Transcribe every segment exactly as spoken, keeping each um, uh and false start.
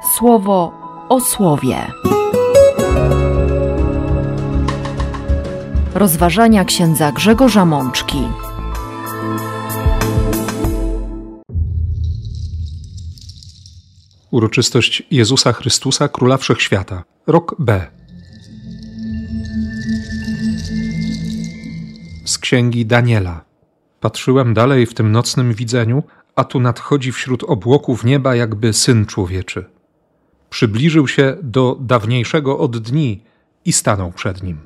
Słowo o słowie. Rozważania księdza Grzegorza Mączki. Uroczystość Jezusa Chrystusa, Króla Wszechświata. Rok B. Z księgi Daniela. Patrzyłem dalej w tym nocnym widzeniu, a tu nadchodzi wśród obłoków nieba jakby Syn Człowieczy. Przybliżył się do dawniejszego od dni i stanął przed nim.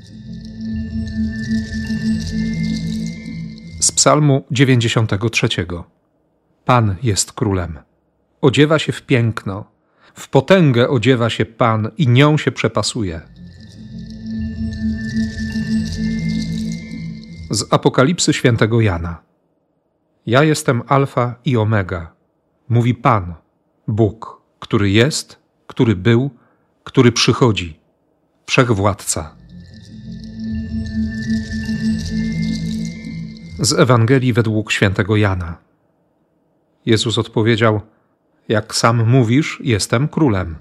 Z psalmu dziewięćdziesiątego trzeciego. Pan jest królem. Odziewa się w piękno, w potęgę odziewa się Pan i nią się przepasuje. Z Apokalipsy świętego Jana. Ja jestem Alfa i Omega, mówi Pan, Bóg, który jest, który był, który przychodzi, Wszechwładca. Z Ewangelii według świętego Jana. Jezus odpowiedział: jak sam mówisz, jestem królem.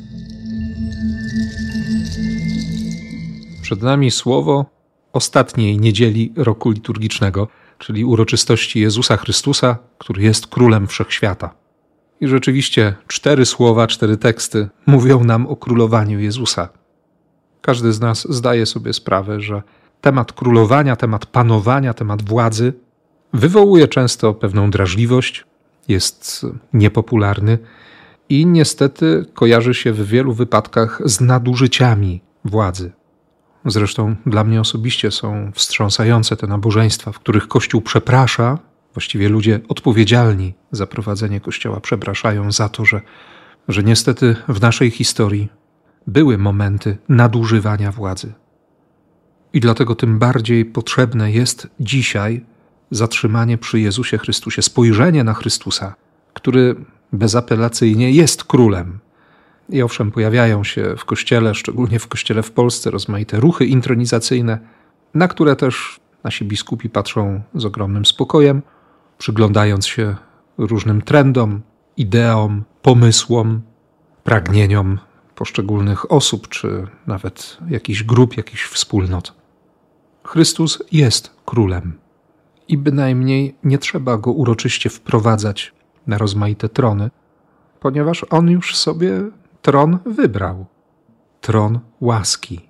Przed nami słowo ostatniej niedzieli roku liturgicznego, czyli uroczystości Jezusa Chrystusa, który jest królem wszechświata. I rzeczywiście cztery słowa, cztery teksty mówią nam o królowaniu Jezusa. Każdy z nas zdaje sobie sprawę, że temat królowania, temat panowania, temat władzy wywołuje często pewną drażliwość, jest niepopularny i niestety kojarzy się w wielu wypadkach z nadużyciami władzy. Zresztą dla mnie osobiście są wstrząsające te nabożeństwa, w których Kościół przeprasza, właściwie ludzie odpowiedzialni za prowadzenie Kościoła przepraszają za to, że, że niestety w naszej historii były momenty nadużywania władzy. I dlatego tym bardziej potrzebne jest dzisiaj zatrzymanie przy Jezusie Chrystusie, spojrzenie na Chrystusa, który bezapelacyjnie jest królem. I owszem, pojawiają się w Kościele, szczególnie w Kościele w Polsce, rozmaite ruchy intronizacyjne, na które też nasi biskupi patrzą z ogromnym spokojem, przyglądając się różnym trendom, ideom, pomysłom, pragnieniom poszczególnych osób, czy nawet jakichś grup, jakichś wspólnot. Chrystus jest królem i bynajmniej nie trzeba go uroczyście wprowadzać na rozmaite trony, ponieważ on już sobie tron wybrał. Tron łaski.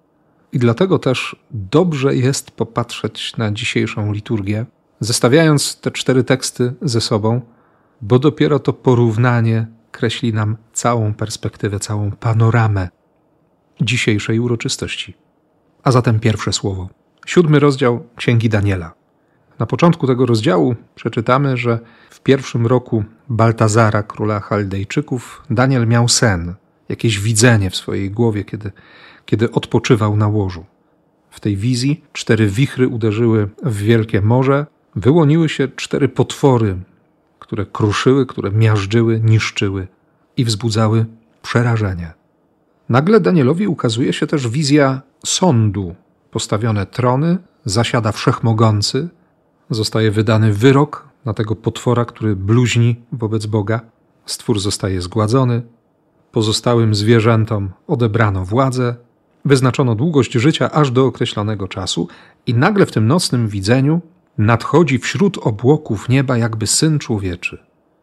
I dlatego też dobrze jest popatrzeć na dzisiejszą liturgię, zestawiając te cztery teksty ze sobą, bo dopiero to porównanie kreśli nam całą perspektywę, całą panoramę dzisiejszej uroczystości. A zatem pierwsze słowo. Siódmy rozdział Księgi Daniela. Na początku tego rozdziału przeczytamy, że w pierwszym roku Baltazara, króla Chaldejczyków, Daniel miał sen, jakieś widzenie w swojej głowie, kiedy, kiedy odpoczywał na łożu. W tej wizji cztery wichry uderzyły w wielkie morze, wyłoniły się cztery potwory, które kruszyły, które miażdżyły, niszczyły i wzbudzały przerażenie. Nagle Danielowi ukazuje się też wizja sądu. Postawione trony, zasiada Wszechmogący, zostaje wydany wyrok na tego potwora, który bluźni wobec Boga. Stwór zostaje zgładzony, pozostałym zwierzętom odebrano władzę, wyznaczono długość życia aż do określonego czasu i nagle w tym nocnym widzeniu nadchodzi wśród obłoków nieba jakby Syn Człowieczy.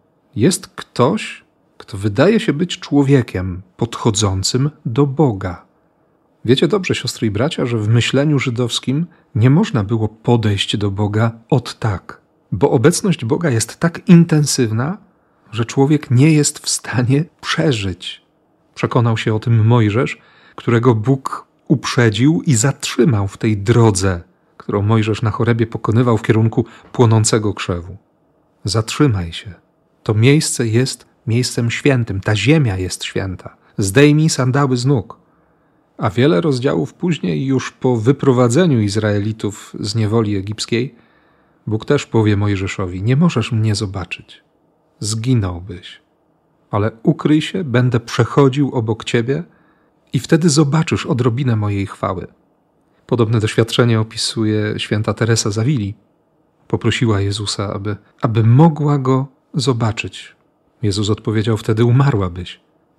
Jest ktoś, kto wydaje się być człowiekiem podchodzącym do Boga. Wiecie dobrze, siostry i bracia, że w myśleniu żydowskim nie można było podejść do Boga od tak, bo obecność Boga jest tak intensywna, że człowiek nie jest w stanie przeżyć. Przekonał się o tym Mojżesz, którego Bóg uprzedził i zatrzymał w tej drodze, którą Mojżesz na Chorebie pokonywał w kierunku płonącego krzewu. Zatrzymaj się. To miejsce jest miejscem świętym, ta ziemia jest święta. Zdejmij sandały z nóg. A wiele rozdziałów później, już po wyprowadzeniu Izraelitów z niewoli egipskiej, Bóg też powie Mojżeszowi: nie możesz mnie zobaczyć. Zginąłbyś. Ale ukryj się, będę przechodził obok ciebie i wtedy zobaczysz odrobinę mojej chwały. Podobne doświadczenie opisuje święta Teresa z Awili. Poprosiła Jezusa, aby, aby mogła go zobaczyć. Jezus odpowiedział: wtedy umarłabyś.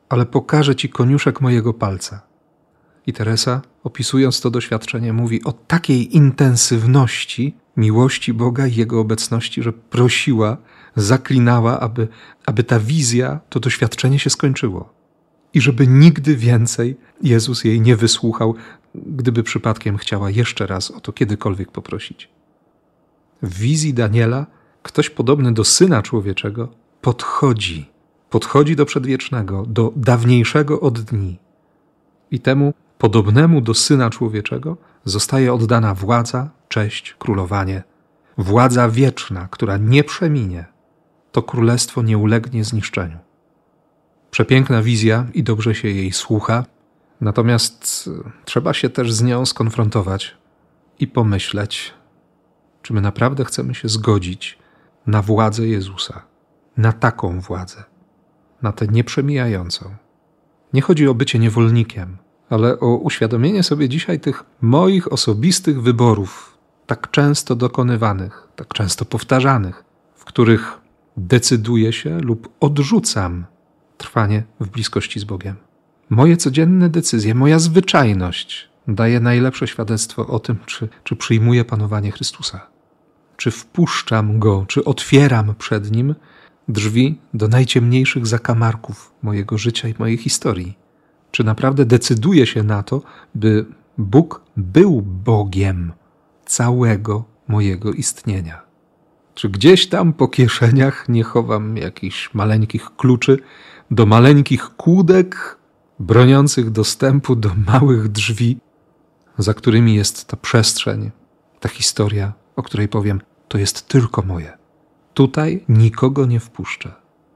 ale pokażę ci koniuszek mojego palca. I Teresa, opisując to doświadczenie, mówi o takiej intensywności miłości Boga i Jego obecności, że prosiła, zaklinała, aby, aby ta wizja, to doświadczenie się skończyło. I żeby nigdy więcej Jezus jej nie wysłuchał, gdyby przypadkiem chciała jeszcze raz o to kiedykolwiek poprosić. W wizji Daniela ktoś podobny do Syna Człowieczego podchodzi, podchodzi do przedwiecznego, do dawniejszego od dni. I temu podobnemu do Syna Człowieczego zostaje oddana władza, cześć, królowanie. Władza wieczna, która nie przeminie. To królestwo nie ulegnie zniszczeniu. Przepiękna wizja i dobrze się jej słucha, natomiast trzeba się też z nią skonfrontować i pomyśleć, czy my naprawdę chcemy się zgodzić na władzę Jezusa, na taką władzę, na tę nieprzemijającą. Nie chodzi o bycie niewolnikiem, ale o uświadomienie sobie dzisiaj tych moich osobistych wyborów, tak często dokonywanych, tak często powtarzanych, w których decyduję się lub odrzucam trwanie w bliskości z Bogiem. Moje codzienne decyzje, moja zwyczajność daje najlepsze świadectwo o tym, czy, czy przyjmuję panowanie Chrystusa. Czy wpuszczam Go, czy otwieram przed Nim drzwi do najciemniejszych zakamarków mojego życia i mojej historii. Czy naprawdę decyduję się na to, by Bóg był Bogiem całego mojego istnienia. Czy gdzieś tam po kieszeniach nie chowam jakichś maleńkich kluczy do maleńkich kłódek broniących dostępu do małych drzwi, za którymi jest ta przestrzeń, ta historia, o której powiem, to jest tylko moje. Tutaj nikogo nie wpuszczę.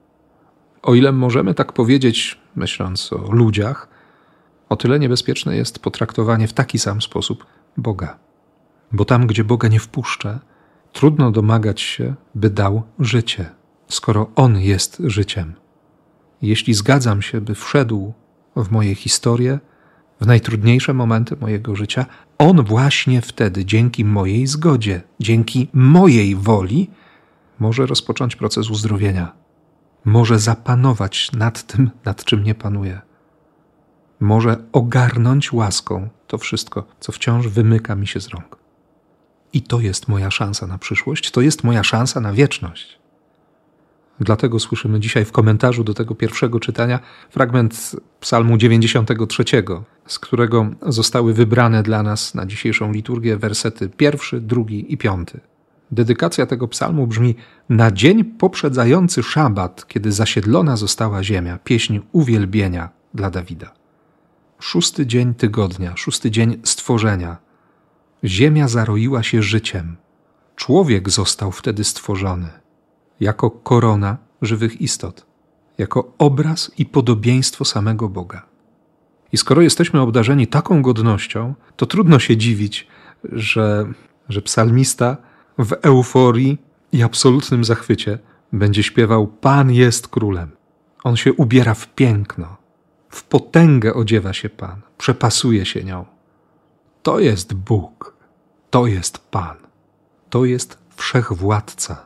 O ile możemy tak powiedzieć, myśląc o ludziach, o tyle niebezpieczne jest potraktowanie w taki sam sposób Boga. Bo tam, gdzie Boga nie wpuszczę, trudno domagać się, by dał życie, skoro On jest życiem. Jeśli zgadzam się, by wszedł w moje historie, w najtrudniejsze momenty mojego życia, On właśnie wtedy, dzięki mojej zgodzie, dzięki mojej woli, może rozpocząć proces uzdrowienia. Może zapanować nad tym, nad czym nie panuje. Może ogarnąć łaską to wszystko, co wciąż wymyka mi się z rąk. I to jest moja szansa na przyszłość, to jest moja szansa na wieczność. Dlatego słyszymy dzisiaj w komentarzu do tego pierwszego czytania fragment Psalmu dziewięćdziesiątego trzeciego, z którego zostały wybrane dla nas na dzisiejszą liturgię wersety pierwszy, drugi i piąty. Dedykacja tego psalmu brzmi: na dzień poprzedzający szabat, kiedy zasiedlona została ziemia, pieśń uwielbienia dla Dawida. Szósty dzień tygodnia, szósty dzień stworzenia. Ziemia zaroiła się życiem. Człowiek został wtedy stworzony jako korona żywych istot, jako obraz i podobieństwo samego Boga. I skoro jesteśmy obdarzeni taką godnością, to trudno się dziwić, że, że psalmista w euforii i absolutnym zachwycie będzie śpiewał: Pan jest królem. On się ubiera w piękno, w potęgę odziewa się Pan, przepasuje się nią. To jest Bóg, to jest Pan, to jest Wszechwładca.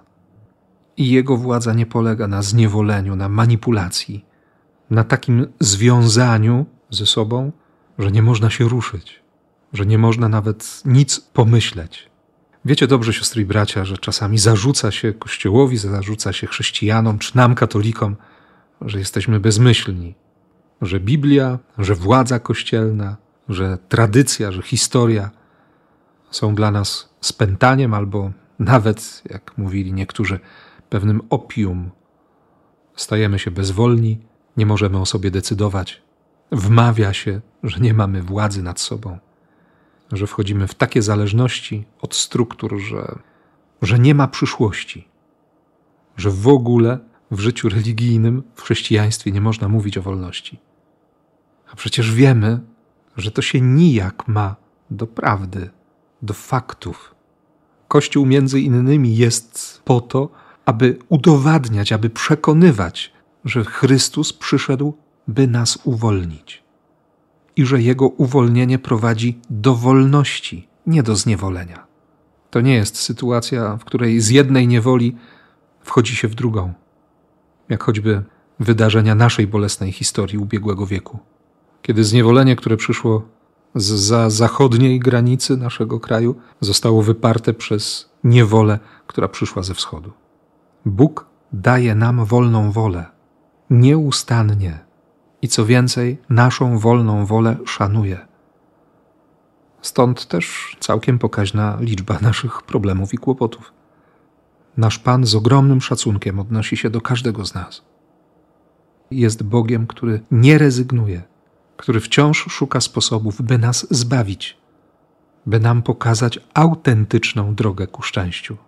I Jego władza nie polega na zniewoleniu, na manipulacji, na takim związaniu ze sobą, że nie można się ruszyć, że nie można nawet nic pomyśleć. Wiecie dobrze, siostry i bracia, że czasami zarzuca się Kościołowi, zarzuca się chrześcijanom czy nam, katolikom, że jesteśmy bezmyślni, że Biblia, że władza kościelna, że tradycja, że historia są dla nas spętaniem albo nawet, jak mówili niektórzy, pewnym opium. Stajemy się bezwolni, nie możemy o sobie decydować. Wmawia się, że nie mamy władzy nad sobą, że wchodzimy w takie zależności od struktur, że, że nie ma przyszłości, że w ogóle w życiu religijnym, w chrześcijaństwie nie można mówić o wolności. A przecież wiemy, że to się nijak ma do prawdy, do faktów. Kościół między innymi jest po to, aby udowadniać, aby przekonywać, że Chrystus przyszedł, by nas uwolnić. I że Jego uwolnienie prowadzi do wolności, nie do zniewolenia. To nie jest sytuacja, w której z jednej niewoli wchodzi się w drugą. Jak choćby wydarzenia naszej bolesnej historii ubiegłego wieku. Kiedy zniewolenie, które przyszło zza zachodniej granicy naszego kraju, zostało wyparte przez niewolę, która przyszła ze wschodu. Bóg daje nam wolną wolę, nieustannie i co więcej, naszą wolną wolę szanuje. Stąd też całkiem pokaźna liczba naszych problemów i kłopotów. Nasz Pan z ogromnym szacunkiem odnosi się do każdego z nas. Jest Bogiem, który nie rezygnuje, który wciąż szuka sposobów, by nas zbawić, by nam pokazać autentyczną drogę ku szczęściu.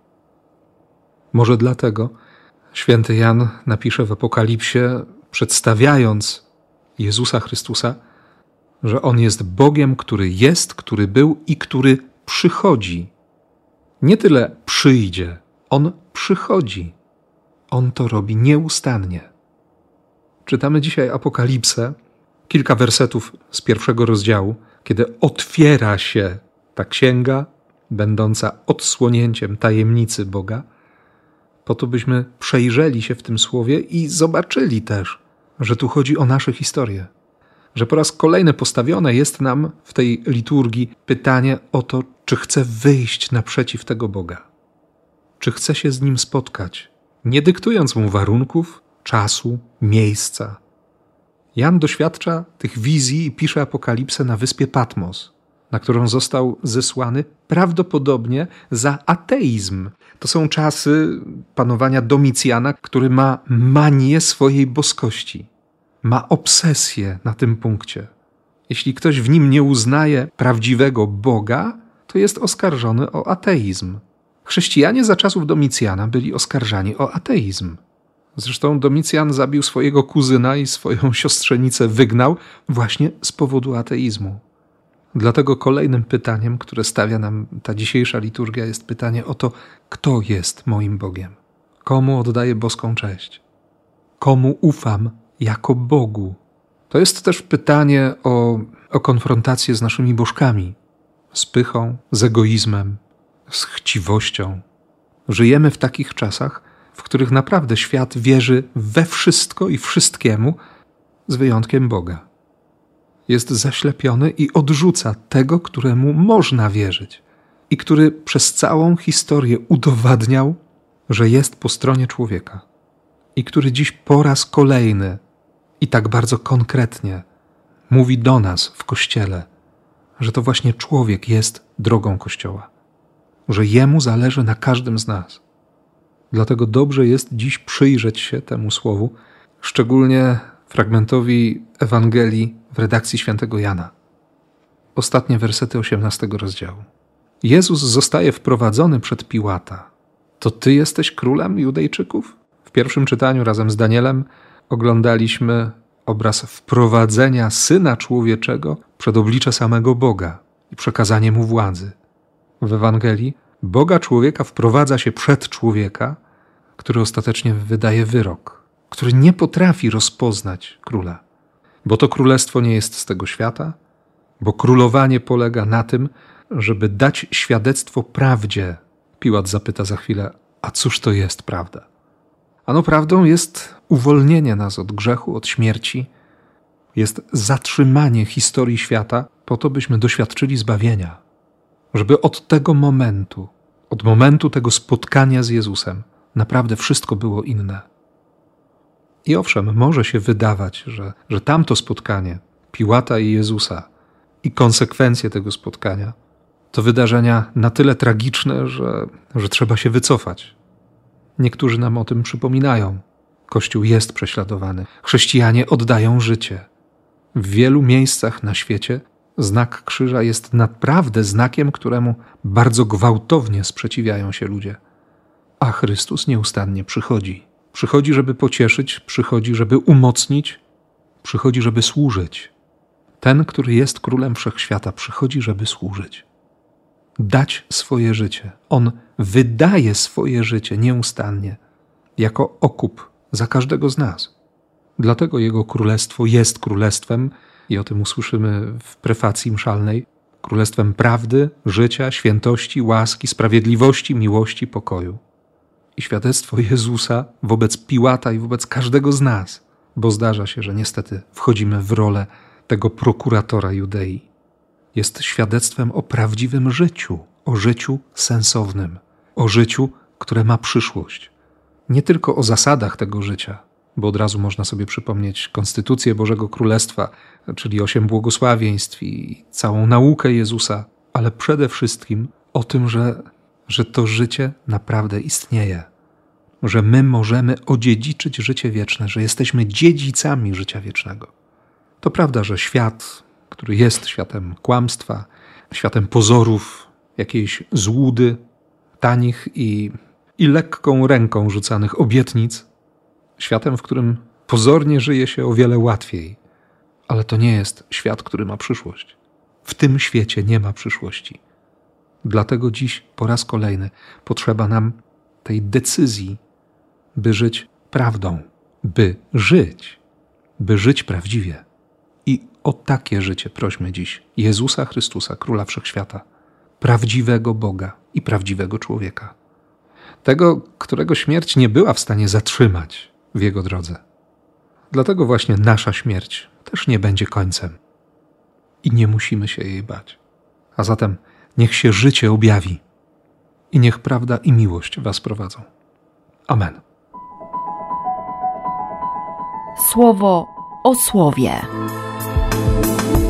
Może dlatego święty Jan napisze w Apokalipsie, przedstawiając Jezusa Chrystusa, że On jest Bogiem, który jest, który był i który przychodzi. Nie tyle przyjdzie, On przychodzi. On to robi nieustannie. Czytamy dzisiaj Apokalipsę, kilka wersetów z pierwszego rozdziału, kiedy otwiera się ta księga, będąca odsłonięciem tajemnicy Boga, po to byśmy przejrzeli się w tym słowie i zobaczyli też, że tu chodzi o nasze historie. Że po raz kolejny postawione jest nam w tej liturgii pytanie o to, czy chcę wyjść naprzeciw tego Boga. Czy chcę się z Nim spotkać, nie dyktując Mu warunków, czasu, miejsca. Jan doświadcza tych wizji i pisze Apokalipsę na wyspie Patmos, na którą został zesłany prawdopodobnie za ateizm. To są czasy panowania Domicjana, który ma manię swojej boskości. Ma obsesję na tym punkcie. Jeśli ktoś w nim nie uznaje prawdziwego Boga, to jest oskarżony o ateizm. Chrześcijanie za czasów Domicjana byli oskarżani o ateizm. Zresztą Domicjan zabił swojego kuzyna i swoją siostrzenicę wygnał właśnie z powodu ateizmu. Dlatego kolejnym pytaniem, które stawia nam ta dzisiejsza liturgia, jest pytanie o to, kto jest moim Bogiem? Komu oddaję boską cześć? Komu ufam jako Bogu? To jest też pytanie o, o konfrontację z naszymi bożkami, z pychą, z egoizmem, z chciwością. Żyjemy w takich czasach, w których naprawdę świat wierzy we wszystko i wszystkiemu, z wyjątkiem Boga. Jest zaślepiony i odrzuca tego, któremu można wierzyć i który przez całą historię udowadniał, że jest po stronie człowieka i który dziś po raz kolejny i tak bardzo konkretnie mówi do nas w Kościele, że to właśnie człowiek jest drogą Kościoła, że Jemu zależy na każdym z nas. Dlatego dobrze jest dziś przyjrzeć się temu słowu, szczególnie fragmentowi Ewangelii w redakcji świętego Jana. Ostatnie wersety osiemnastego rozdziału. Jezus zostaje wprowadzony przed Piłata. To Ty jesteś królem Judejczyków? W pierwszym czytaniu razem z Danielem oglądaliśmy obraz wprowadzenia Syna Człowieczego przed oblicze samego Boga i przekazanie Mu władzy. W Ewangelii Boga człowieka wprowadza się przed człowieka, który ostatecznie wydaje wyrok, który nie potrafi rozpoznać króla. Bo to królestwo nie jest z tego świata, bo królowanie polega na tym, żeby dać świadectwo prawdzie. Piłat zapyta za chwilę, a cóż to jest prawda? Ano prawdą jest uwolnienie nas od grzechu, od śmierci, jest zatrzymanie historii świata po to, byśmy doświadczyli zbawienia. Żeby od tego momentu, od momentu tego spotkania z Jezusem, naprawdę wszystko było inne. I owszem, może się wydawać, że, że tamto spotkanie Piłata i Jezusa i konsekwencje tego spotkania to wydarzenia na tyle tragiczne, że, że trzeba się wycofać. Niektórzy nam o tym przypominają. Kościół jest prześladowany. Chrześcijanie oddają życie. W wielu miejscach na świecie znak krzyża jest naprawdę znakiem, któremu bardzo gwałtownie sprzeciwiają się ludzie. A Chrystus nieustannie przychodzi. Przychodzi, żeby pocieszyć, przychodzi, żeby umocnić, przychodzi, żeby służyć. Ten, który jest królem wszechświata, przychodzi, żeby służyć. Dać swoje życie. On wydaje swoje życie nieustannie, jako okup za każdego z nas. Dlatego Jego królestwo jest królestwem, i o tym usłyszymy w prefacji mszalnej, królestwem prawdy, życia, świętości, łaski, sprawiedliwości, miłości, pokoju. I świadectwo Jezusa wobec Piłata i wobec każdego z nas bo zdarza się, że niestety wchodzimy w rolę tego prokuratora Judei. Jest świadectwem o prawdziwym życiu, o życiu sensownym, o życiu, które ma przyszłość. Nie tylko o zasadach tego życia, bo od razu można sobie przypomnieć konstytucję Bożego Królestwa, czyli osiem błogosławieństw i całą naukę Jezusa, ale przede wszystkim o tym, że, że to życie naprawdę istnieje, że my możemy odziedziczyć życie wieczne, że jesteśmy dziedzicami życia wiecznego. To prawda, że świat, który jest światem kłamstwa, światem pozorów, jakiejś złudy, tanich i, i lekką ręką rzucanych obietnic, światem, w którym pozornie żyje się o wiele łatwiej, ale to nie jest świat, który ma przyszłość. W tym świecie nie ma przyszłości. Dlatego dziś po raz kolejny potrzeba nam tej decyzji, by żyć prawdą, by żyć, by żyć prawdziwie. I o takie życie prośmy dziś Jezusa Chrystusa, Króla Wszechświata, prawdziwego Boga i prawdziwego człowieka. Tego, którego śmierć nie była w stanie zatrzymać w Jego drodze. Dlatego właśnie nasza śmierć też nie będzie końcem. I nie musimy się jej bać. A zatem niech się życie objawi i niech prawda i miłość was prowadzą. Amen. Słowo o słowie.